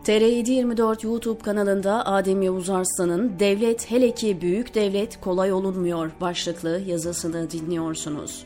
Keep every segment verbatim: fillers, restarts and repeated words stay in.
T R yedi yirmi dört YouTube kanalında Adem Yavuz Arslan'ın "Devlet, hele ki büyük devlet kolay olunmuyor" başlıklı yazısını dinliyorsunuz.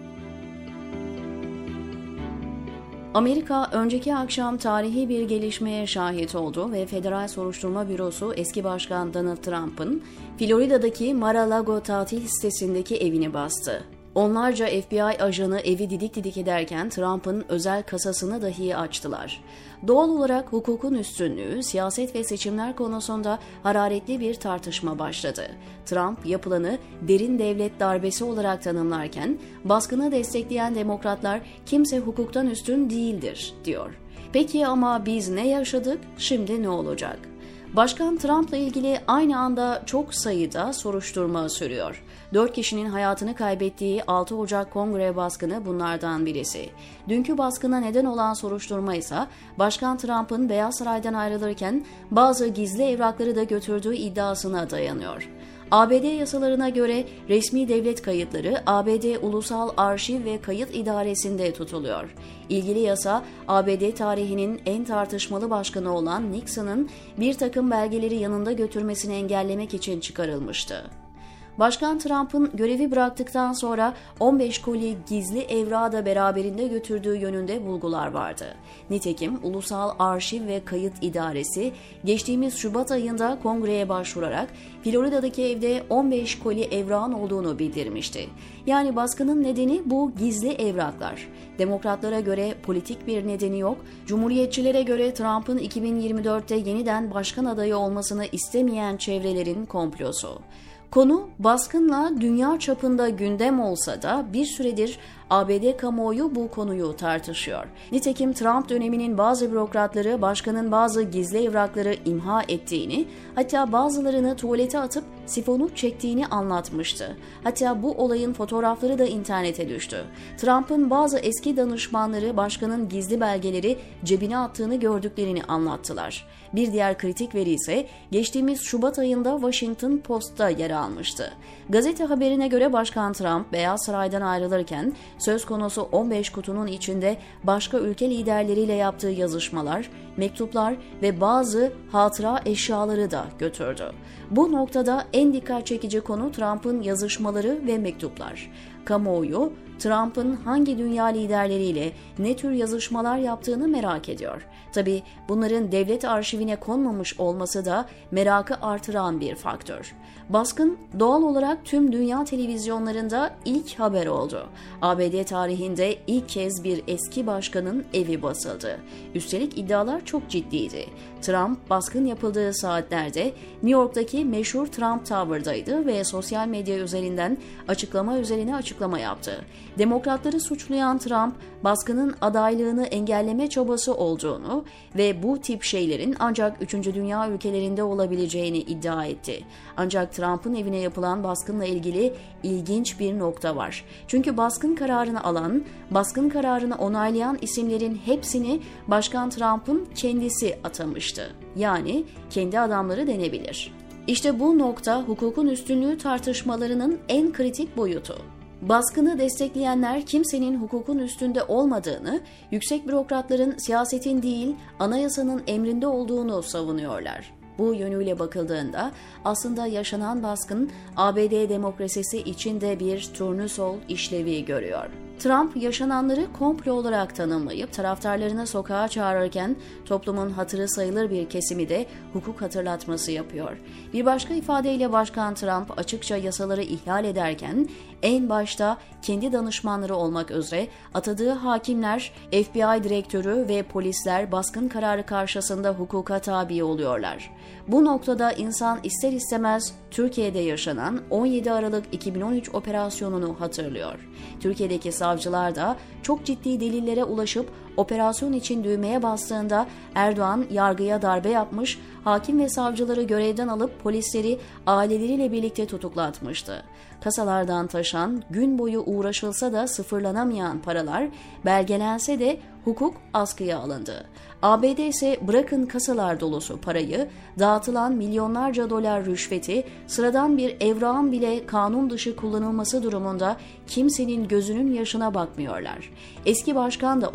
Amerika önceki akşam tarihi bir gelişmeye şahit oldu ve Federal Soruşturma Bürosu eski başkan Donald Trump'ın Florida'daki Mar-a-Lago tatil sitesindeki evini bastı. Onlarca F B I ajanı evi didik didik ederken Trump'ın özel kasasını dahi açtılar. Doğal olarak hukukun üstünlüğü, siyaset ve seçimler konusunda hararetli bir tartışma başladı. Trump yapılanı derin devlet darbesi olarak tanımlarken, baskını destekleyen demokratlar kimse hukuktan üstün değildir diyor. Peki ama biz ne yaşadık, şimdi ne olacak? Başkan Trump'la ilgili aynı anda çok sayıda soruşturma sürüyor. Dört kişinin hayatını kaybettiği altı Ocak Kongre baskını bunlardan birisi. Dünkü baskına neden olan soruşturma ise Başkan Trump'ın Beyaz Saray'dan ayrılırken bazı gizli evrakları da götürdüğü iddiasına dayanıyor. A B D yasalarına göre resmi devlet kayıtları A B D Ulusal Arşiv ve Kayıt İdaresi'nde tutuluyor. İlgili yasa A B D tarihinin en tartışmalı başkanı olan Nixon'ın bir takım belgeleri yanında götürmesini engellemek için çıkarılmıştı. Başkan Trump'ın görevi bıraktıktan sonra on beş koli gizli evrağı da beraberinde götürdüğü yönünde bulgular vardı. Nitekim Ulusal Arşiv ve Kayıt İdaresi geçtiğimiz Şubat ayında Kongre'ye başvurarak Florida'daki evde on beş koli evrağın olduğunu bildirmişti. Yani baskının nedeni bu gizli evraklar. Demokratlara göre politik bir nedeni yok, Cumhuriyetçilere göre Trump'ın iki bin yirmi dörtte yeniden başkan adayı olmasını istemeyen çevrelerin komplosu. Konu baskınla dünya çapında gündem olsa da bir süredir A B D kamuoyu bu konuyu tartışıyor. Nitekim Trump döneminin bazı bürokratları başkanın bazı gizli evrakları imha ettiğini, hatta bazılarını tuvalete atıp sifonu çektiğini anlatmıştı. Hatta bu olayın fotoğrafları da internete düştü. Trump'ın bazı eski danışmanları başkanın gizli belgeleri cebine attığını gördüklerini anlattılar. Bir diğer kritik veri ise geçtiğimiz Şubat ayında Washington Post'ta yer almıştı. Gazete haberine göre Başkan Trump Beyaz Saray'dan ayrılırken söz konusu on beş kutunun içinde başka ülke liderleriyle yaptığı yazışmalar, mektuplar ve bazı hatıra eşyaları da götürdü. Bu noktada en dikkat çekici konu Trump'ın yazışmaları ve mektuplar. Kamuoyu, Trump'ın hangi dünya liderleriyle ne tür yazışmalar yaptığını merak ediyor. Tabii bunların devlet arşivine konmamış olması da merakı artıran bir faktör. Baskın doğal olarak tüm dünya televizyonlarında ilk haber oldu. A B D tarihinde ilk kez bir eski başkanın evi basıldı. Üstelik iddialar çok ciddiydi. Trump baskın yapıldığı saatlerde New York'taki meşhur Trump Tower'daydı ve sosyal medya üzerinden açıklama üzerine açıklama yaptı. Demokratları suçlayan Trump, baskının adaylığını engelleme çabası olduğunu ve bu tip şeylerin ancak üçüncü dünya ülkelerinde olabileceğini iddia etti. Ancak Trump'ın evine yapılan baskınla ilgili ilginç bir nokta var. Çünkü baskın kararını alan, baskın kararını onaylayan isimlerin hepsini Başkan Trump'ın kendisi atamıştı. Yani kendi adamları denebilir. İşte bu nokta hukukun üstünlüğü tartışmalarının en kritik boyutu. Baskını destekleyenler kimsenin hukukun üstünde olmadığını, yüksek bürokratların siyasetin değil, anayasanın emrinde olduğunu savunuyorlar. Bu yönüyle bakıldığında aslında yaşanan baskın A B D demokrasisi içinde bir turnusol işlevi görüyor. Trump yaşananları komplo olarak tanımlayıp taraftarlarını sokağa çağırırken toplumun hatırı sayılır bir kesimi de hukuk hatırlatması yapıyor. Bir başka ifadeyle Başkan Trump açıkça yasaları ihlal ederken en başta kendi danışmanları olmak üzere atadığı hakimler, F B I direktörü ve polisler baskın kararı karşısında hukuka tabi oluyorlar. Bu noktada insan ister istemez Türkiye'de yaşanan on yedi Aralık iki bin on üç operasyonunu hatırlıyor. Türkiye'deki savcılar da çok ciddi delillere ulaşıp operasyon için düğmeye bastığında Erdoğan yargıya darbe yapmış, hakim ve savcıları görevden alıp polisleri aileleriyle birlikte tutuklatmıştı. Kasalardan taşan, gün boyu uğraşılsa da sıfırlanamayan paralar belgelense de hukuk askıya alındı. A B D ise bırakın kasalar dolusu parayı, dağıtılan milyonlarca dolar rüşveti, sıradan bir evrağın bile kanun dışı kullanılması durumunda kimsenin gözünün yaşına bakmıyorlar. Eski başkan da olsanız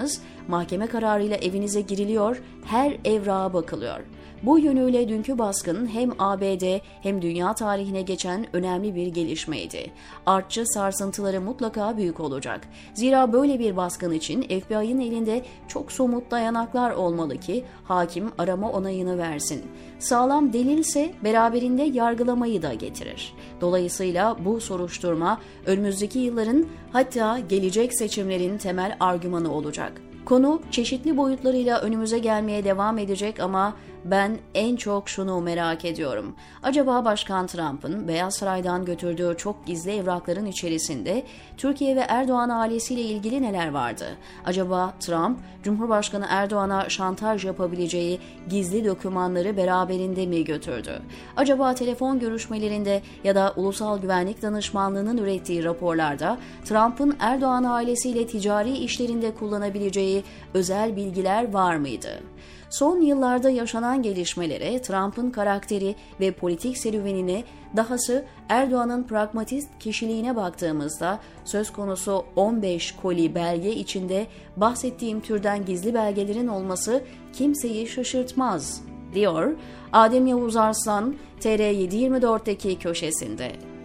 çıksanız mahkeme kararıyla evinize giriliyor, her evrağa bakılıyor. Bu yönüyle dünkü baskın hem A B D hem dünya tarihine geçen önemli bir gelişmeydi. Artçı sarsıntıları mutlaka büyük olacak. Zira böyle bir baskın için F B I'nin elinde çok somut dayanaklar olmalı ki hakim arama onayını versin. Sağlam delilse beraberinde yargılamayı da getirir. Dolayısıyla bu soruşturma önümüzdeki yılların, hatta gelecek seçimlerin temel argümanı olacak. Konu çeşitli boyutlarıyla önümüze gelmeye devam edecek ama ben en çok şunu merak ediyorum. Acaba Başkan Trump'ın Beyaz Saray'dan götürdüğü çok gizli evrakların içerisinde Türkiye ve Erdoğan ailesiyle ilgili neler vardı? Acaba Trump, Cumhurbaşkanı Erdoğan'a şantaj yapabileceği gizli dokümanları beraberinde mi götürdü? Acaba telefon görüşmelerinde ya da Ulusal Güvenlik Danışmanlığı'nın ürettiği raporlarda Trump'ın Erdoğan ailesiyle ticari işlerinde kullanabileceği özel bilgiler var mıydı? Son yıllarda yaşanan gelişmelere, Trump'ın karakteri ve politik serüvenine, dahası Erdoğan'ın pragmatist kişiliğine baktığımızda söz konusu on beş koli belge içinde bahsettiğim türden gizli belgelerin olması kimseyi şaşırtmaz, diyor Adem Yavuz Arslan T R yedi yirmi dört'teki köşesinde.